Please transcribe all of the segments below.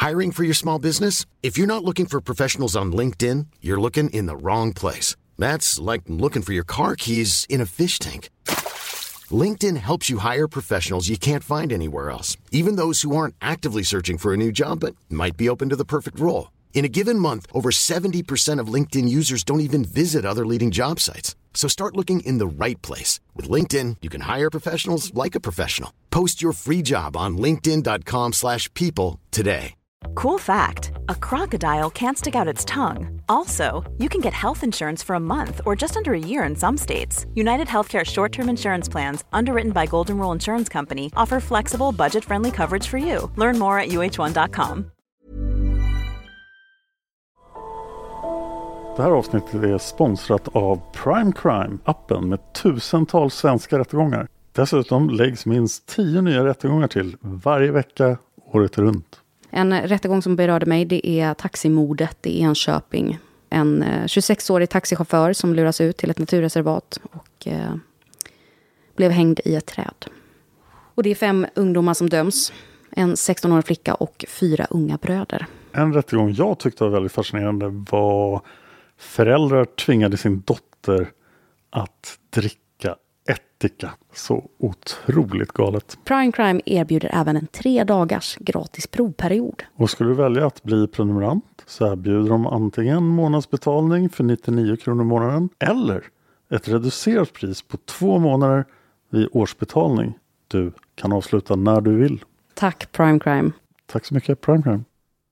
Hiring for your small business? If you're not looking for professionals on LinkedIn, you're looking in the wrong place. That's like looking for your car keys in a fish tank. LinkedIn helps you hire professionals you can't find anywhere else, even those who aren't actively searching for a new job but might be open to the perfect role. In a given month, over 70% of LinkedIn users don't even visit other leading job sites. So start looking in the right place. With LinkedIn, you can hire professionals like a professional. Post your free job on linkedin.com/people today. Cool fact, a crocodile can't stick out its tongue. Also, you can get health insurance for a month or just under a year in some states. United Healthcare short-term insurance plans, underwritten by Golden Rule Insurance Company, offer flexible, budget-friendly coverage for you. Learn more at uh1.com. Det här avsnittet är sponsrat av Prime Crime, appen med tusentals svenska rättegångar. Dessutom läggs minst 10 nya rättegångar till varje vecka, året runt. En rättegång som berörde mig, det är taximordet i Enköping. En 26-årig taxichaufför som luras ut till ett naturreservat och blev hängd i ett träd. Och det är 5 ungdomar som döms. En 16-årig flicka och 4 unga bröder. En rättegång jag tyckte var väldigt fascinerande var föräldrar tvingade sin dotter att dricka ättika. Så otroligt galet. Prime Crime erbjuder även en 3 dagars gratis provperiod. Och skulle du välja att bli prenumerant så erbjuder de antingen månadsbetalning för 99 kronor i månaden eller ett reducerat pris på 2 månader vid årsbetalning. Du kan avsluta när du vill. Tack Prime Crime. Tack så mycket Prime Crime.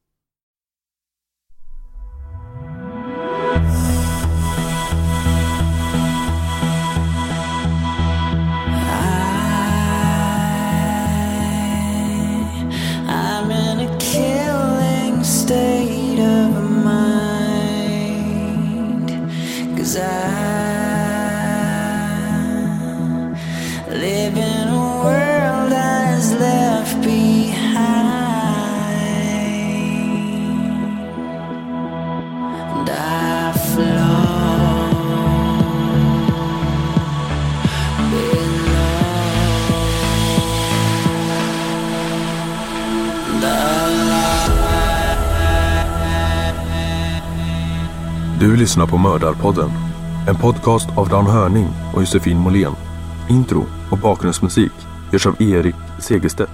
State of mind, 'cause I live in a world that is left behind, and I flow below the Du lyssnar på Mördarpodden, en podcast av Dan Hörning och Josefin Måhlén. Intro och bakgrundsmusik görs av Erik Segerstedt.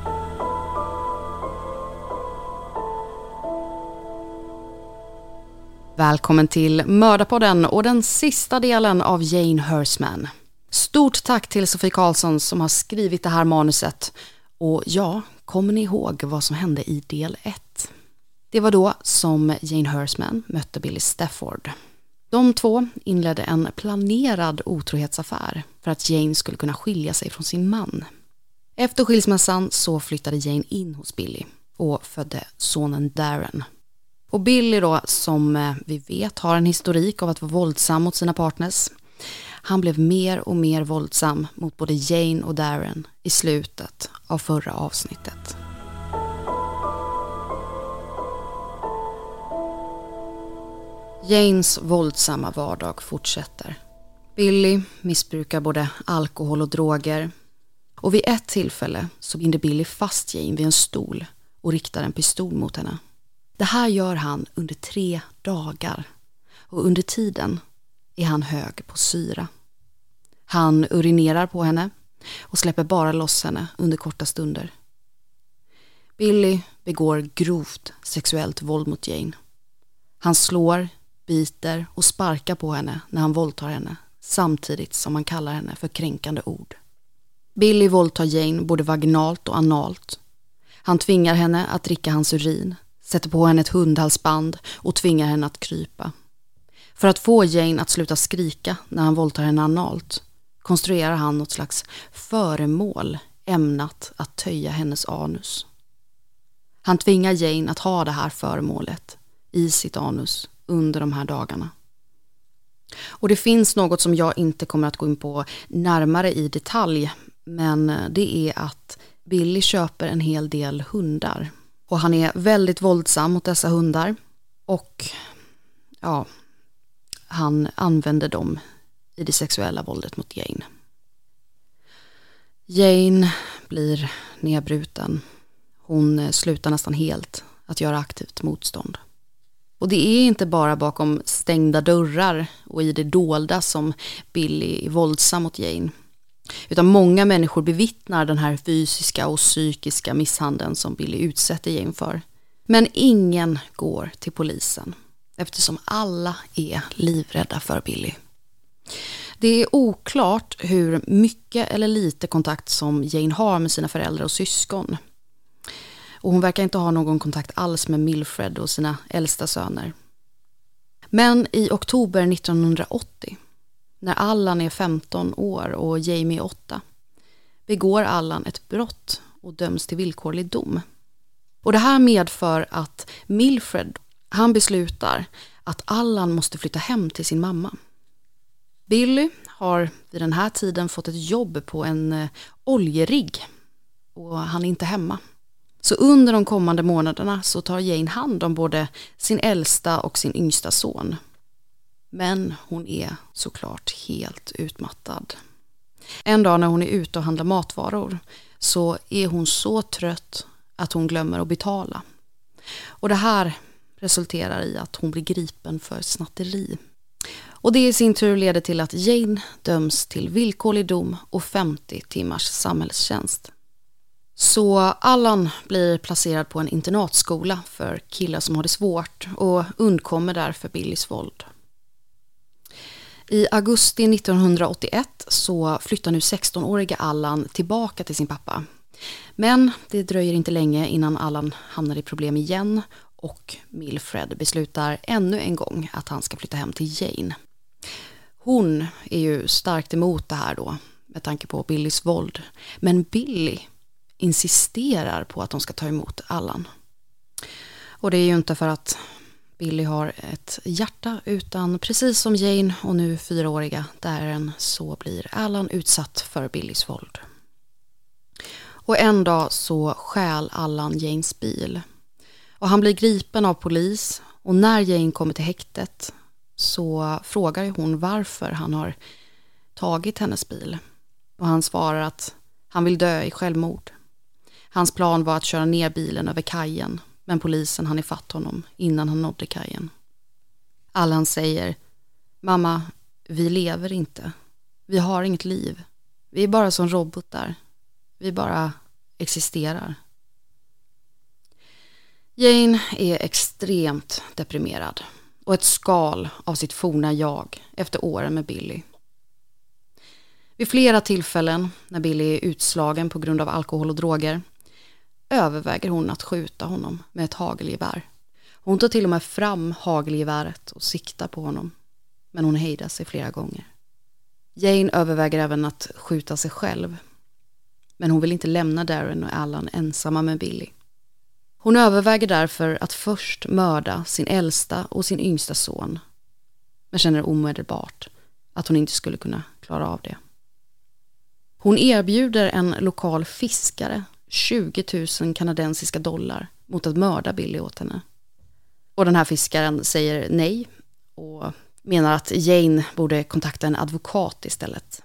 Välkommen till Mördarpodden och den sista delen av Jane Hersman. Stort tack till Sofie Karlsson som har skrivit det här manuset. Och ja, kommer ni ihåg vad som hände i del 1? Det var då som Jane Hersman mötte Billy Stafford. De två inledde en planerad otrohetsaffär för att Jane skulle kunna skilja sig från sin man. Efter skilsmässan så flyttade Jane in hos Billy och födde sonen Darren. Och Billy då, som vi vet har en historik av att vara våldsam mot sina partners. Han blev mer och mer våldsam mot både Jane och Darren i slutet av förra avsnittet. Janes våldsamma vardag fortsätter. Billy missbrukar både alkohol och droger. Och vid ett tillfälle så binder Billy fast Jane vid en stol och riktar en pistol mot henne. Det här gör han under 3 dagar. Och under tiden är han hög på syra. Han urinerar på henne och släpper bara loss henne under korta stunder. Billy begår grovt sexuellt våld mot Jane. Han slår, biter och sparkar på henne när han våldtar henne, samtidigt som han kallar henne för kränkande ord. Billy våldtar Jane både vaginalt och analt. Han tvingar henne att dricka hans urin, sätter på henne ett hundhalsband och tvingar henne att krypa. För att få Jane att sluta skrika när han våldtar henne analt konstruerar han något slags föremål ämnat att töja hennes anus. Han tvingar Jane att ha det här föremålet i sitt anus under de här dagarna. Och det finns något som jag inte kommer att gå in på närmare i detalj, men det är att Billy köper en hel del hundar. Och han är väldigt våldsam mot dessa hundar. Och ja, han använder dem i det sexuella våldet mot Jane. Jane blir nedbruten. Hon slutar nästan helt att göra aktivt motstånd. Och det är inte bara bakom stängda dörrar och i det dolda som Billy är våldsam mot Jane. Utan många människor bevittnar den här fysiska och psykiska misshandeln som Billy utsätter Jane för. Men ingen går till polisen eftersom alla är livrädda för Billy. Det är oklart hur mycket eller lite kontakt som Jane har med sina föräldrar och syskon. Och hon verkar inte ha någon kontakt alls med Milfred och sina äldsta söner. Men i oktober 1980, när Allan är 15 år och Jamie är 8, begår Allan ett brott och döms till villkorlig dom. Och det här medför att Milfred, han beslutar att Allan måste flytta hem till sin mamma. Billy har vid den här tiden fått ett jobb på en oljerigg och han är inte hemma. Så under de kommande månaderna så tar Jane hand om både sin äldsta och sin yngsta son. Men hon är såklart helt utmattad. En dag när hon är ute och handlar matvaror så är hon så trött att hon glömmer att betala. Och det här resulterar i att hon blir gripen för snatteri. Och det i sin tur leder till att Jane döms till villkorlig dom och 50 timmars samhällstjänst. Så Allan blir placerad på en internatskola för killar som har det svårt och undkommer därför Billys våld. I augusti 1981 så flyttar nu 16-åriga Allan tillbaka till sin pappa. Men det dröjer inte länge innan Allan hamnar i problem igen och Milfred beslutar ännu en gång att han ska flytta hem till Jane. Hon är ju starkt emot det här då med tanke på Billys våld. Men Billy insisterar på att de ska ta emot Allan. Och det är ju inte för att Billy har ett hjärta utan precis som Jane och nu 4-åriga Darren så blir Allan utsatt för Billys våld. Och en dag så stjäl Allan Janes bil. Och han blir gripen av polis och när Jane kommer till häktet så frågar hon varför han har tagit hennes bil. Och han svarar att han vill dö i självmord. Hans plan var att köra ner bilen över kajen, men polisen hann ifatt honom innan han nådde kajen. Allan säger: "Mamma, vi lever inte. Vi har inget liv. Vi är bara som robotar. Vi bara existerar." Jane är extremt deprimerad och ett skal av sitt forna jag efter åren med Billy. Vid flera tillfällen när Billy är utslagen på grund av alkohol och droger överväger hon att skjuta honom med ett hagelgevär. Hon tar till och med fram hagelgeväret och siktar på honom, men hon hejdar sig flera gånger. Jane överväger även att skjuta sig själv, men hon vill inte lämna Darren och Allan ensamma med Billy. Hon överväger därför att först mörda sin äldsta och sin yngsta son, men känner omedelbart att hon inte skulle kunna klara av det. Hon erbjuder en lokal fiskare 20 000 kanadensiska dollar mot att mörda Billy åt henne. Och den här fiskaren säger nej och menar att Jane borde kontakta en advokat istället.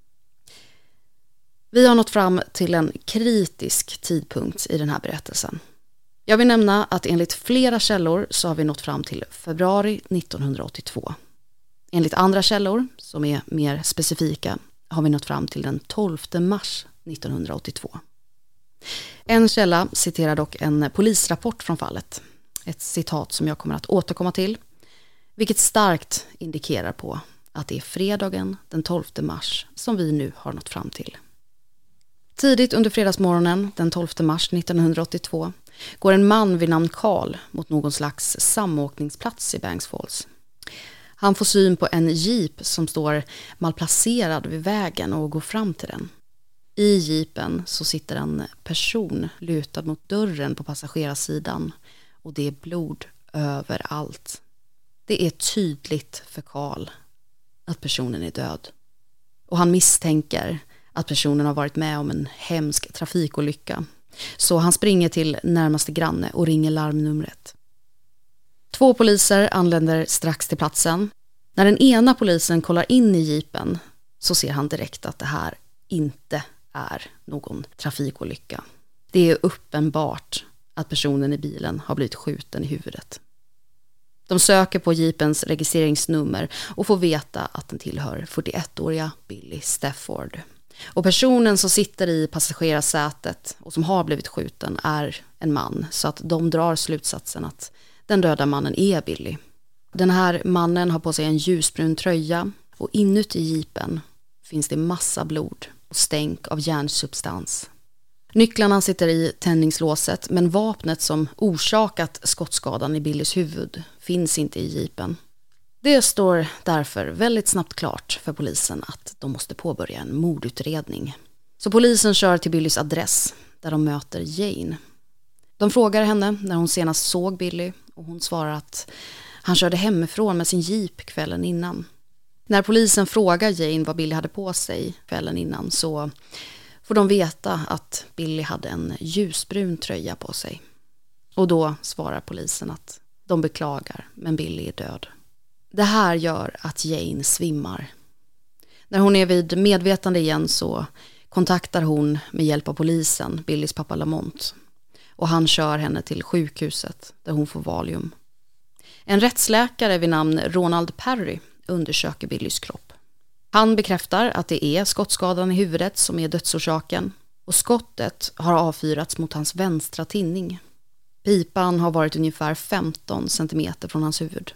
Vi har nått fram till en kritisk tidpunkt i den här berättelsen. Jag vill nämna att enligt flera källor så har vi nått fram till februari 1982. Enligt andra källor, som är mer specifika, har vi nått fram till den 12 mars 1982. En källa citerar dock en polisrapport från fallet. Ett citat som jag kommer att återkomma till, vilket starkt indikerar på att det är fredagen den 12 mars som vi nu har nått fram till. Tidigt under fredagsmorgonen den 12 mars 1982 går en man vid namn Carl mot någon slags samåkningsplats i Banks Falls. Han får syn på en jeep som står malplacerad vid vägen och går fram till den. I jeepen så sitter en person lutad mot dörren på passagerarsidan och det är blod överallt. Det är tydligt för Carl att personen är död. Och han misstänker att personen har varit med om en hemsk trafikolycka. Så han springer till närmaste granne och ringer larmnumret. 2 poliser anländer strax till platsen. När den ena polisen kollar in i jeepen så ser han direkt att det här inte är någon trafikolycka. Det är uppenbart att personen i bilen har blivit skjuten i huvudet. De söker på jeepens registreringsnummer och får veta att den tillhör 41-åriga Billy Stafford. Och personen som sitter i passagerarsätet och som har blivit skjuten är en man, så att de drar slutsatsen att den döda mannen är Billy. Den här mannen har på sig en ljusbrun tröja och inuti jeepen finns det massa blod och stänk av järnsubstans. Nycklarna sitter i tändningslåset, men vapnet som orsakat skottskadan i Billys huvud finns inte i jeepen. Det står därför väldigt snabbt klart för polisen att de måste påbörja en mordutredning. Så polisen kör till Billys adress där de möter Jane. De frågar henne när hon senast såg Billy och hon svarar att han körde hemifrån med sin jeep kvällen innan. När polisen frågar Jane vad Billy hade på sig kvällen innan så får de veta att Billy hade en ljusbrun tröja på sig. Och då svarar polisen att de beklagar, men Billy är död. Det här gör att Jane svimmar. När hon är vid medvetande igen så kontaktar hon med hjälp av polisen Billys pappa Lamont. Och han kör henne till sjukhuset där hon får Valium. En rättsläkare vid namn Ronald Perry undersöker Billys kropp. Han bekräftar att det är skottskadan i huvudet som är dödsorsaken och skottet har avfyrats mot hans vänstra tinning. Pipan har varit ungefär 15 centimeter från hans huvud.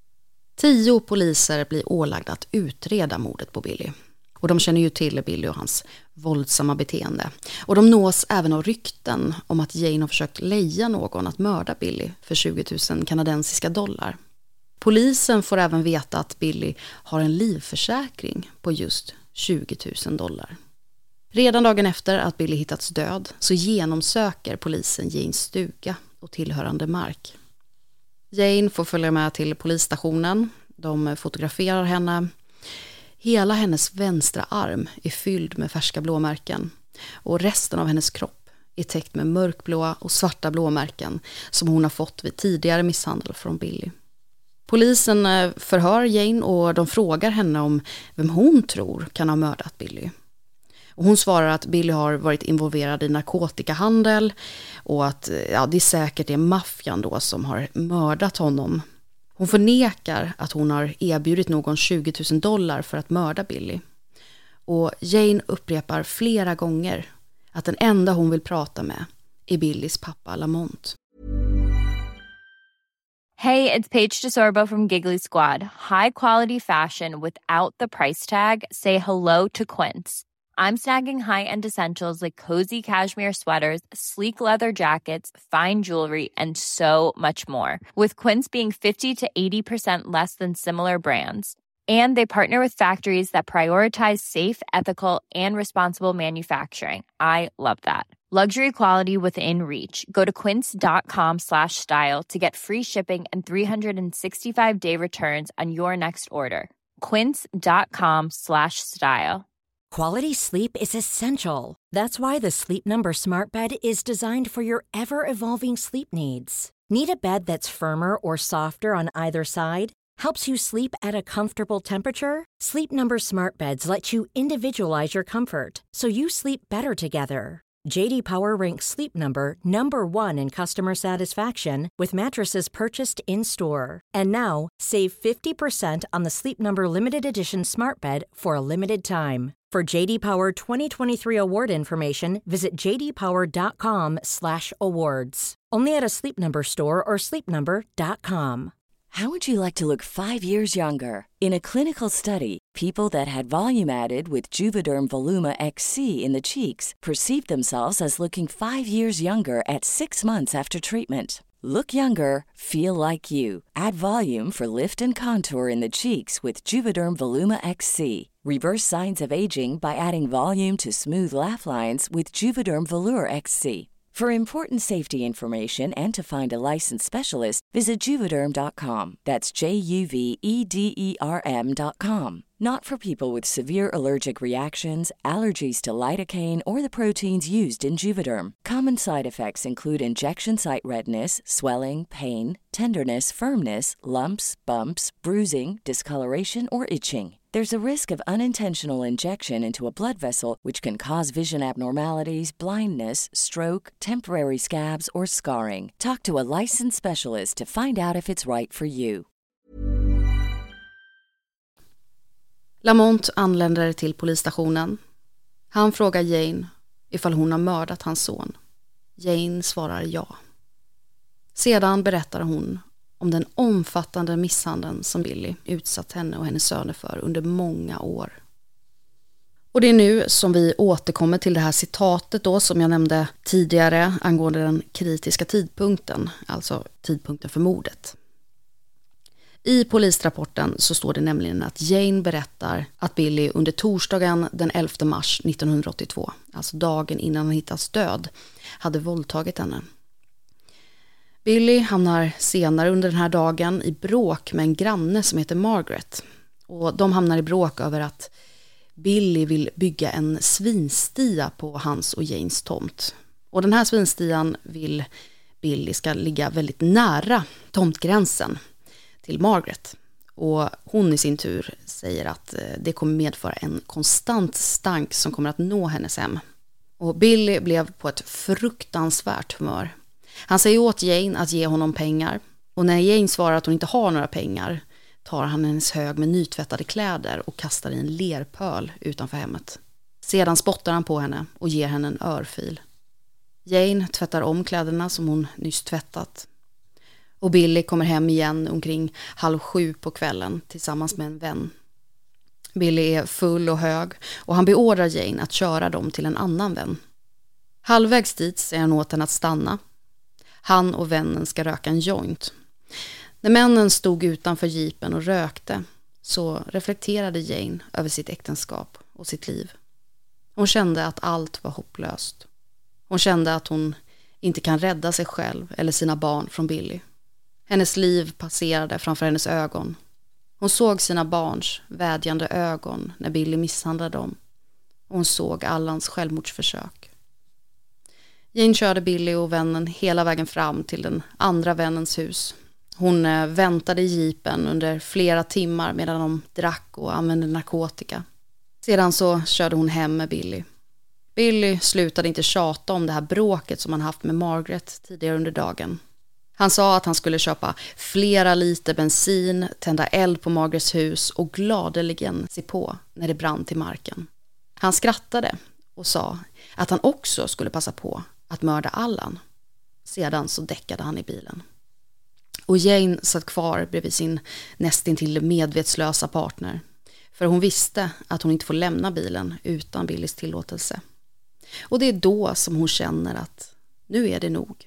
10 poliser blir ålagda att utreda mordet på Billy. Och de känner ju till Billy och hans våldsamma beteende. Och de nås även av rykten om att Jane har försökt leja någon att mörda Billy för 20 000 kanadensiska dollar. Polisen får även veta att Billy har en livförsäkring på just 20 000 dollar. Redan dagen efter att Billy hittats död så genomsöker polisen Janes stuga och tillhörande mark. Jane får följa med till polisstationen. De fotograferar henne. Hela hennes vänstra arm är fylld med färska blåmärken och resten av hennes kropp är täckt med mörkblåa och svarta blåmärken som hon har fått vid tidigare misshandel från Billy. Polisen förhör Jane och de frågar henne om vem hon tror kan ha mördat Billy. Och hon svarar att Billy har varit involverad i narkotikahandel och att det är säkert maffian då som har mördat honom. Hon förnekar att hon har erbjudit någon 20 000 dollar för att mörda Billy. Och Jane upprepar flera gånger att den enda hon vill prata med är Billys pappa Lamont. Hey, it's Paige DeSorbo from Giggly Squad. High quality fashion without the price tag. Say hello to Quince. I'm snagging high-end essentials like cozy cashmere sweaters, sleek leather jackets, fine jewelry, and so much more. With Quince being 50 to 80% less than similar brands. And they partner with factories that prioritize safe, ethical, and responsible manufacturing. I love that. Luxury quality within reach. Go to quince.com/style to get free shipping and 365-day returns on your next order. Quince.com/style. Quality sleep is essential. That's why the Sleep Number Smart Bed is designed for your ever-evolving sleep needs. Need a bed that's firmer or softer on either side? Helps you sleep at a comfortable temperature? Sleep Number Smart Beds let you individualize your comfort so you sleep better together. J.D. Power ranks Sleep Number #1 in customer satisfaction with mattresses purchased in-store. And now, save 50% on the Sleep Number Limited Edition Smart Bed for a limited time. For J.D. Power 2023 award information, visit jdpower.com/awards. Only at a Sleep Number store or sleepnumber.com. How would you like to look 5 years younger? In a clinical study, people that had volume added with Juvederm Voluma XC in the cheeks perceived themselves as looking 5 years younger at 6 months after treatment. Look younger, feel like you. Add volume for lift and contour in the cheeks with Juvederm Voluma XC. Reverse signs of aging by adding volume to smooth laugh lines with Juvederm Volure XC. For important safety information and to find a licensed specialist, visit Juvederm.com. That's JUVEDERM.com. Not for people with severe allergic reactions, allergies to lidocaine, or the proteins used in Juvederm. Common side effects include injection site redness, swelling, pain, tenderness, firmness, lumps, bumps, bruising, discoloration, or itching. There's a risk of unintentional injection into a blood vessel, which can cause vision abnormalities, blindness, stroke, temporary scabs, or scarring. Talk to a licensed specialist to find out if it's right for you. Lamont anländer till polisstationen. Han frågar Jane ifall hon har mördat hans son. Jane svarar ja. Sedan berättar hon om den omfattande misshandeln som Billy utsatt henne och hennes söner för under många år. Och det är nu som vi återkommer till det här citatet då som jag nämnde tidigare angående den kritiska tidpunkten, alltså tidpunkten för mordet. I polisrapporten så står det nämligen att Jane berättar att Billy under torsdagen den 11 mars 1982, alltså dagen innan han hittas död, hade våldtagit henne. Billy hamnar senare under den här dagen i bråk med en granne som heter Margaret. Och de hamnar i bråk över att Billy vill bygga en svinstia på hans och Janes tomt. Och den här svinstian vill Billy ska ligga väldigt nära tomtgränsen till Margaret. Och hon i sin tur säger att det kommer medföra en konstant stank som kommer att nå hennes hem. Och Billy blev på ett fruktansvärt humör. Han säger åt Jane att ge honom pengar. Och när Jane svarar att hon inte har några pengar tar han hennes hög med nytvättade kläder och kastar i en lerpöl utanför hemmet. Sedan spottar han på henne och ger henne en örfil. Jane tvättar om kläderna som hon nyss tvättat. Och Billy kommer hem igen omkring 6:30 på kvällen tillsammans med en vän. Billy är full och hög och han beordrar Jane att köra dem till en annan vän. Halvvägs dit säger han åt henne att stanna. Han och vännen ska röka en joint. När männen stod utanför jeepen och rökte så reflekterade Jane över sitt äktenskap och sitt liv. Hon kände att allt var hopplöst. Hon kände att hon inte kan rädda sig själv eller sina barn från Billy. Hennes liv passerade framför hennes ögon. Hon såg sina barns vädjande ögon när Billy misshandlade dem. Hon såg Allans självmordsförsök. Jane körde Billy och vännen hela vägen fram till den andra vännens hus. Hon väntade i jeepen under flera timmar medan de drack och använde narkotika. Sedan så körde hon hem med Billy. Billy slutade inte tjata om det här bråket som han haft med Margaret tidigare under dagen. Han sa att han skulle köpa flera liter bensin, tända eld på Margarets hus och gladeligen se på när det brann till marken. Han skrattade och sa att han också skulle passa på att mörda Allan. Sedan så däckade han i bilen. Och Jane satt kvar bredvid sin nästintill medvetslösa partner. För hon visste att hon inte får lämna bilen utan Billys tillåtelse. Och det är då som hon känner att nu är det nog.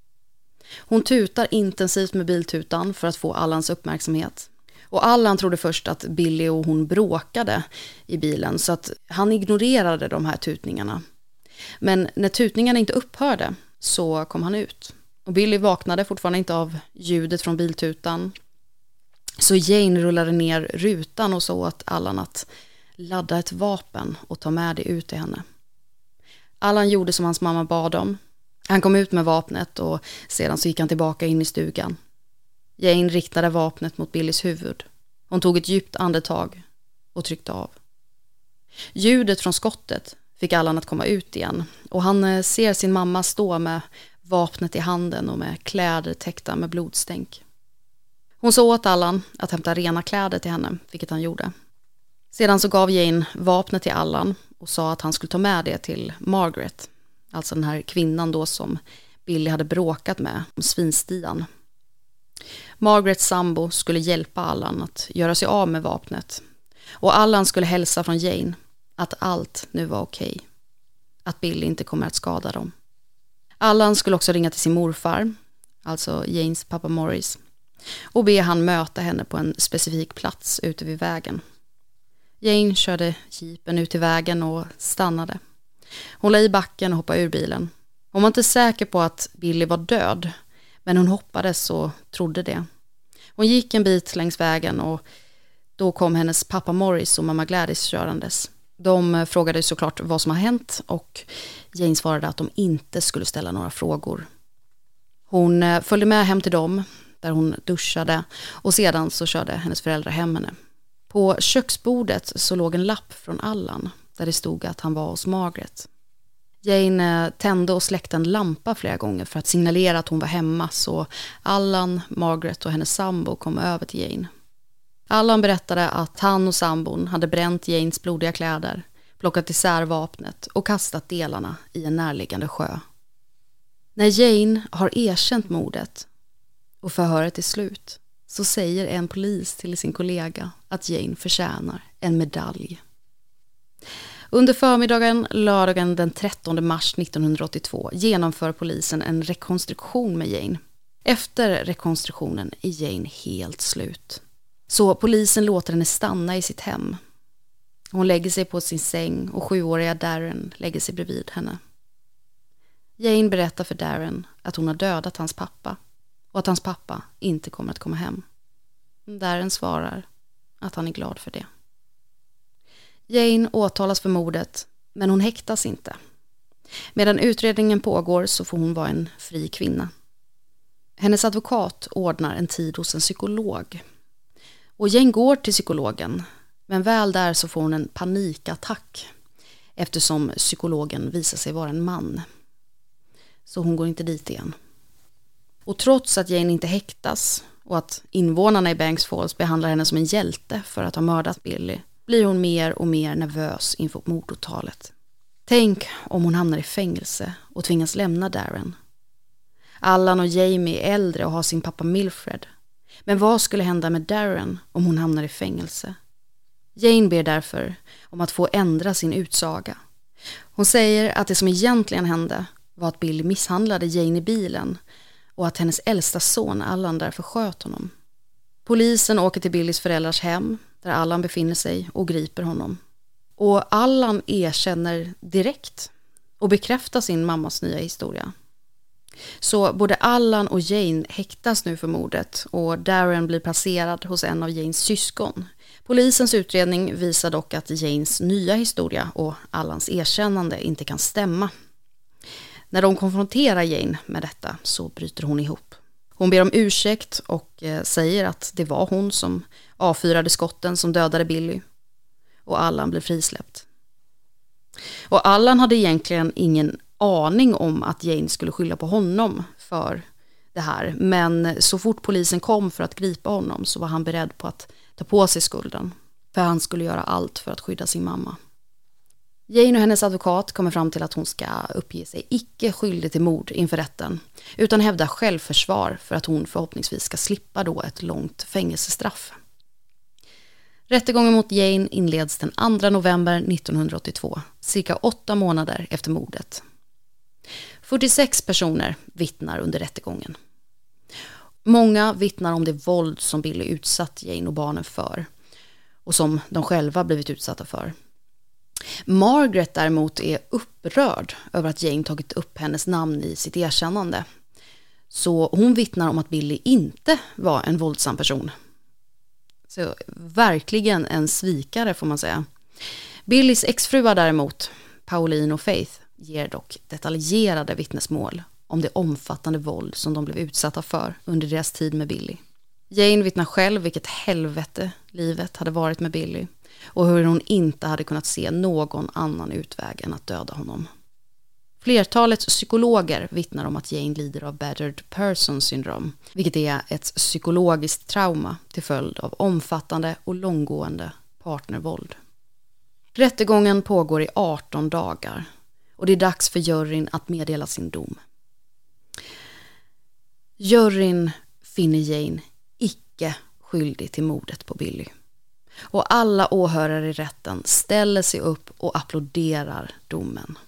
Hon tutar intensivt med biltutan för att få Allans uppmärksamhet. Och Allan trodde först att Billy och hon bråkade i bilen så att han ignorerade de här tutningarna. Men när tutningarna inte upphörde så kom han ut. Och Billy vaknade fortfarande inte av ljudet från biltutan. Så Jane rullade ner rutan och sa åt Allan att ladda ett vapen och ta med det ut till henne. Allan gjorde som hans mamma bad om. Han kom ut med vapnet och sedan så gick han tillbaka in i stugan. Jane riktade vapnet mot Billys huvud. Hon tog ett djupt andetag och tryckte av. Ljudet från skottet fick Allan att komma ut igen och han ser sin mamma stå med vapnet i handen och med kläder täckta med blodstänk. Hon sa åt Allan att hämta rena kläder till henne, vilket han gjorde. Sedan så gav Jane vapnet till Allan och sa att han skulle ta med det till Margaret, alltså den här kvinnan då som Billy hade bråkat med om svinstian. Margarets sambo skulle hjälpa Allan att göra sig av med vapnet och Allan skulle hälsa från Jane att allt nu var okej. Att Billy inte kommer att skada dem. Allan skulle också ringa till sin morfar, alltså Janes pappa Morris, och be han möta henne på en specifik plats ute vid vägen. Jane körde jeepen ut till vägen och stannade. Hon la i backen och hoppade ur bilen. Hon var inte säker på att Billy var död, men hon hoppades och trodde det. Hon gick en bit längs vägen och Då kom hennes pappa Morris och mamma Gladys körandes. De frågade såklart vad som har hänt och Jane svarade att de inte skulle ställa några frågor. Hon följde med hem till dem där hon duschade och sedan så körde hennes föräldrar hem henne. På köksbordet så låg en lapp från Allan där det stod att han var hos Margaret. Jane tände och släckte en lampa flera gånger för att signalera att hon var hemma, så Allan, Margaret och hennes sambo kom över till Jane. Allan berättade att han och sambon hade bränt Janes blodiga kläder, plockat isär vapnet och kastat delarna i en närliggande sjö. När Jane har erkänt mordet och förhöret är slut så säger en polis till sin kollega att Jane förtjänar en medalj. Under förmiddagen lördagen den 13 mars 1982 genomför polisen en rekonstruktion med Jane. Efter rekonstruktionen är Jane helt slut. Så polisen låter henne stanna i sitt hem. Hon lägger sig på sin säng och 7-åriga Darren lägger sig bredvid henne. Jane berättar för Darren att hon har dödat hans pappa och att hans pappa inte kommer att komma hem. Darren svarar att han är glad för det. Jane åtalas för mordet, men hon häktas inte. Medan utredningen pågår så får hon vara en fri kvinna. Hennes advokat ordnar en tid hos en psykolog. Och Jane går till psykologen, men väl där så får hon en panikattack eftersom psykologen visar sig vara en man. Så hon går inte dit igen. Och trots att Jane inte häktas och att invånarna i Banks Falls behandlar henne som en hjälte för att ha mördat Billy, blir hon mer och mer nervös inför mordåtalet. Tänk om hon hamnar i fängelse och tvingas lämna Darren. Allan och Jamie är äldre och har sin pappa Milfred. Men vad skulle hända med Darren om hon hamnar i fängelse? Jane ber därför om att få ändra sin utsaga. Hon säger att det som egentligen hände var att Billy misshandlade Jane i bilen och att hennes äldsta son Allan därför sköt honom. Polisen åker till Billys föräldrars hem där Allan befinner sig och griper honom. Och Allan erkänner direkt och bekräftar sin mammas nya historia. Så både Allan och Jane häktas nu för mordet och Darren blir placerad hos en av Janes syskon. Polisens utredning visar dock att Janes nya historia och Allans erkännande inte kan stämma. När de konfronterar Jane med detta så bryter hon ihop. Hon ber om ursäkt och säger att det var hon som avfyrade skotten som dödade Billy. Och Allan blir frisläppt. Och Allan hade egentligen ingen aning om att Jane skulle skylla på honom för det här. Men så fort polisen kom för att gripa honom så var han beredd på att ta på sig skulden. För han skulle göra allt för att skydda sin mamma. Jane och hennes advokat kommer fram till att hon ska uppge sig icke skyldig till mord inför rätten, utan hävda självförsvar för att hon förhoppningsvis ska slippa då ett långt fängelsestraff. Rättegången mot Jane inleds den 2 november 1982, cirka 8 månader efter mordet. 46 personer vittnar under rättegången. Många vittnar om det våld som Billy utsatt Jane och barnen för och som de själva blivit utsatta för. Margaret däremot är upprörd över att Jane tagit upp hennes namn i sitt erkännande. Så hon vittnar om att Billy inte var en våldsam person. Så verkligen en svikare får man säga. Billys exfruar däremot, Pauline och Faith, ger dock detaljerade vittnesmål om det omfattande våld som de blev utsatta för under deras tid med Billy. Jane vittnar själv vilket helvete livet hade varit med Billy och hur hon inte hade kunnat se någon annan utväg än att döda honom. Flertalet psykologer vittnar om att Jane lider av battered person syndrom, vilket är ett psykologiskt trauma till följd av omfattande och långgående partnervåld. Rättegången pågår i 18 dagar och det är dags för juryn att meddela sin dom. Juryn finner Jane icke skyldig till mordet på Billy. Och alla åhörare i rätten ställer sig upp och applåderar domen.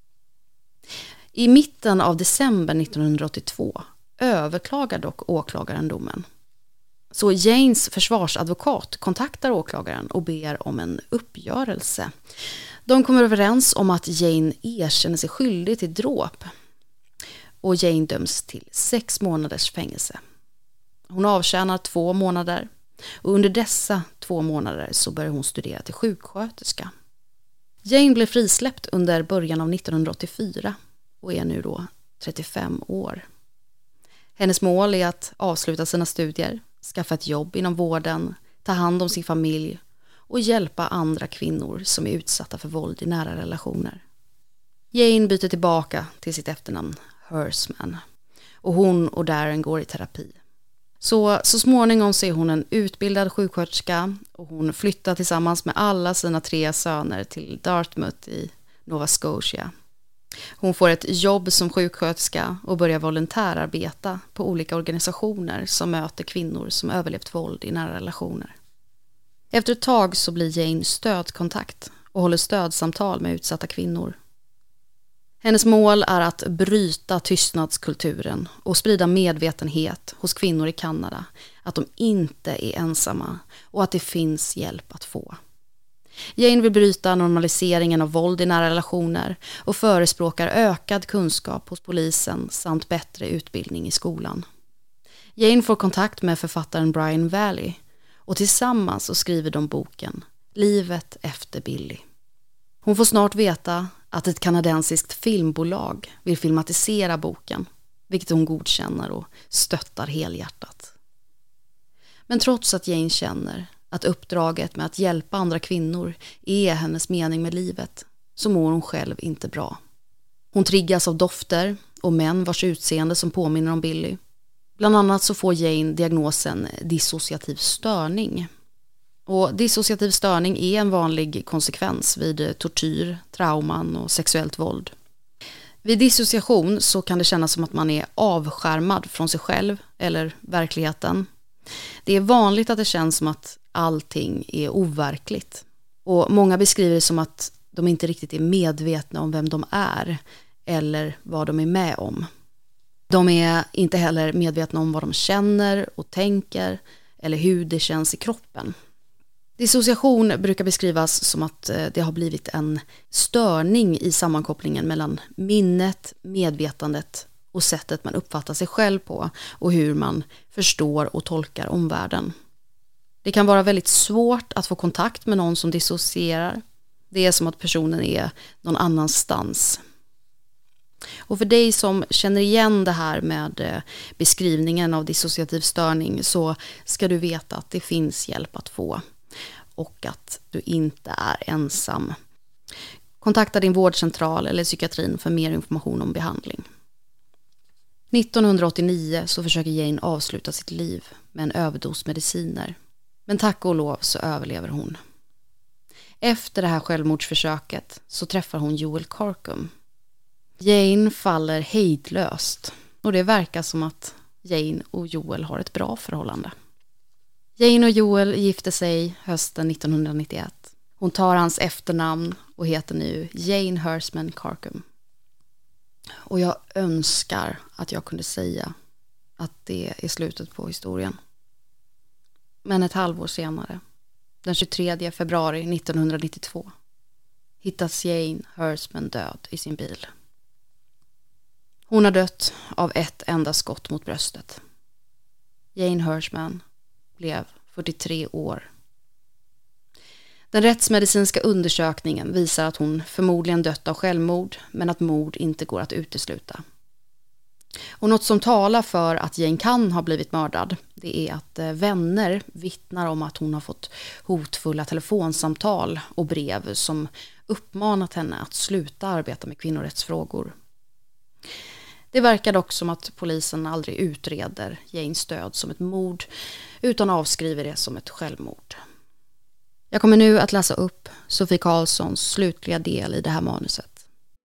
I mitten av december 1982 överklagar dock åklagaren domen. Så Janes försvarsadvokat kontaktar åklagaren och ber om en uppgörelse. De kommer överens om att Jane erkänner sig skyldig till dråp. Och Jane döms till 6 månaders fängelse. Hon avtjänar 2 månader Och under dessa 2 månader så började hon studera till sjuksköterska. Jane blev frisläppt under början av 1984 och är nu då 35 år. Hennes mål är att avsluta sina studier, skaffa ett jobb inom vården, ta hand om sin familj och hjälpa andra kvinnor som är utsatta för våld i nära relationer. Jane byter tillbaka till sitt efternamn Hersman och hon och Darren går i terapi. Så småningom så är hon en utbildad sjuksköterska och hon flyttar tillsammans med alla sina 3 söner till Dartmouth i Nova Scotia. Hon får ett jobb som sjuksköterska och börjar volontärarbeta på olika organisationer som möter kvinnor som överlevt våld i nära relationer. Efter ett tag så blir Jane stödkontakt och håller stödsamtal med utsatta kvinnor. Hennes mål är att bryta tystnadskulturen och sprida medvetenhet hos kvinnor i Kanada att de inte är ensamma och att det finns hjälp att få. Jane vill bryta normaliseringen av våld i nära relationer och förespråkar ökad kunskap hos polisen samt bättre utbildning i skolan. Jane får kontakt med författaren Brian Valley och tillsammans så skriver de boken Livet efter Billy. Hon får snart veta att ett kanadensiskt filmbolag vill filmatisera boken, vilket hon godkänner och stöttar helhjärtat. Men trots att Jane känner att uppdraget med att hjälpa andra kvinnor är hennes mening med livet, så mår hon själv inte bra. Hon triggas av dofter och män vars utseende som påminner om Billy. Bland annat så får Jane diagnosen dissociativ störning. Och dissociativ störning är en vanlig konsekvens vid tortyr, trauman och sexuellt våld. Vid dissociation så kan det kännas som att man är avskärmad från sig själv eller verkligheten. Det är vanligt att det känns som att allting är overkligt. Och många beskriver det som att de inte riktigt är medvetna om vem de är eller vad de är med om. De är inte heller medvetna om vad de känner och tänker eller hur det känns i kroppen. Dissociation brukar beskrivas som att det har blivit en störning i sammankopplingen mellan minnet, medvetandet och sättet man uppfattar sig själv på och hur man förstår och tolkar omvärlden. Det kan vara väldigt svårt att få kontakt med någon som dissocierar. Det är som att personen är någon annanstans. Och för dig som känner igen det här med beskrivningen av dissociativ störning så ska du veta att det finns hjälp att få och att du inte är ensam. Kontakta din vårdcentral eller psykiatrin för mer information om behandling. 1989 så försöker Jane avsluta sitt liv med en överdos mediciner. Men tack och lov så överlever hon. Efter det här självmordsförsöket så träffar hon Joel Carcum. Jane faller hejdlöst och det verkar som att Jane och Joel har ett bra förhållande. Jane och Joel gifte sig hösten 1991. Hon tar hans efternamn och heter nu Jane Hersman Carcum. Och jag önskar att jag kunde säga att det är slutet på historien. Men ett halvår senare, den 23 februari 1992, hittas Jane Hersman död i sin bil. Hon har dött av ett enda skott mot bröstet. Jane Hersman blev 43 år. Den rättsmedicinska undersökningen visar att hon förmodligen dött av självmord, men att mord inte går att utesluta. Och något som talar för att Jane kan ha blivit mördad, det är att vänner vittnar om att hon har fått hotfulla telefonsamtal och brev som uppmanat henne att sluta arbeta med kvinnorättsfrågor. Det verkar dock som att polisen aldrig utreder Janes död som ett mord utan avskriver det som ett självmord. Jag kommer nu att läsa upp Sofie Karlssons slutliga del i det här manuset.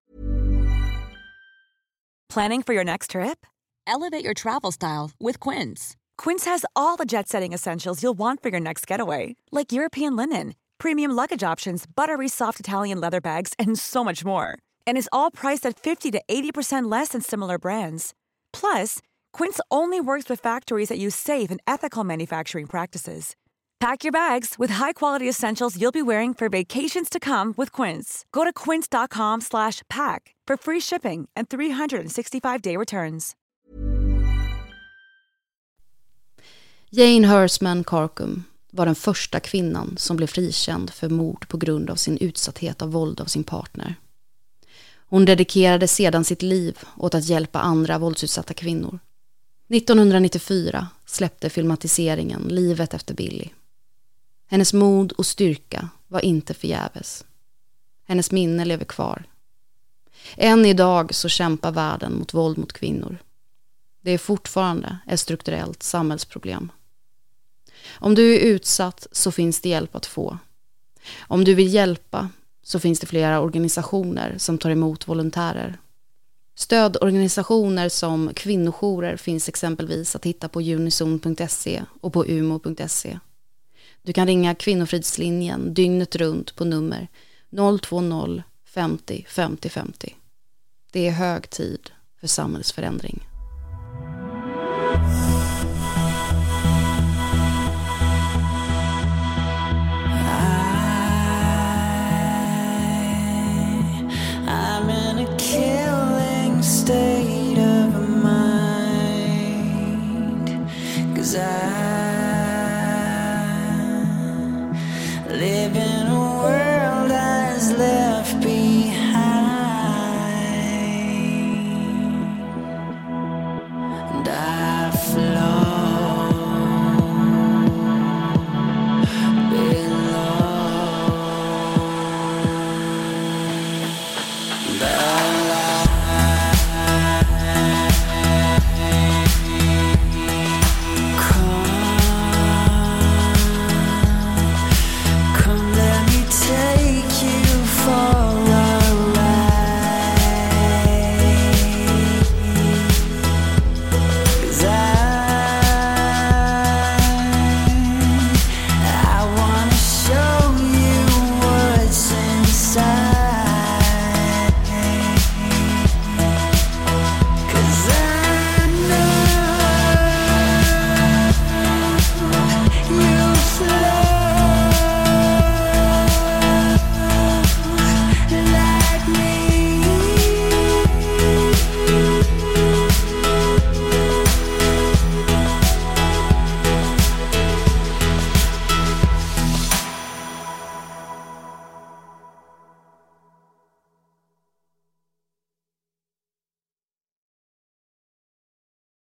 Planning for your next trip? Elevate your travel style with Quince. Quince has all the jet-setting essentials you'll want for your next getaway, like European linen, premium luggage options, buttery soft Italian leather bags, and so much more. And is all priced at 50 to 80% less than similar brands. Plus, Quince only works with factories that use safe and ethical manufacturing practices. Pack your bags with high-quality essentials you'll be wearing for vacations to come with Quince. Go to quince.com/pack for free shipping and 365-day returns. Jane Hersman Carcum var den första kvinnan som blev frikänd för mord på grund av sin utsatthet av våld av sin partner. Hon dedikerade sedan sitt liv åt att hjälpa andra våldsutsatta kvinnor. 1994 släppte filmatiseringen Livet efter Billie. Hennes mod och styrka var inte förgäves. Hennes minne lever kvar. Än idag så kämpar världen mot våld mot kvinnor. Det är fortfarande ett strukturellt samhällsproblem. Om du är utsatt så finns det hjälp att få. Om du vill hjälpa så finns det flera organisationer som tar emot volontärer. Stödorganisationer som kvinnojourer finns exempelvis att hitta på unison.se och på umo.se. Du kan ringa Kvinnofridslinjen dygnet runt på nummer 020 50 50 50. Det är hög tid för samhällsförändring. I'm in a killing state of mind, 'cause I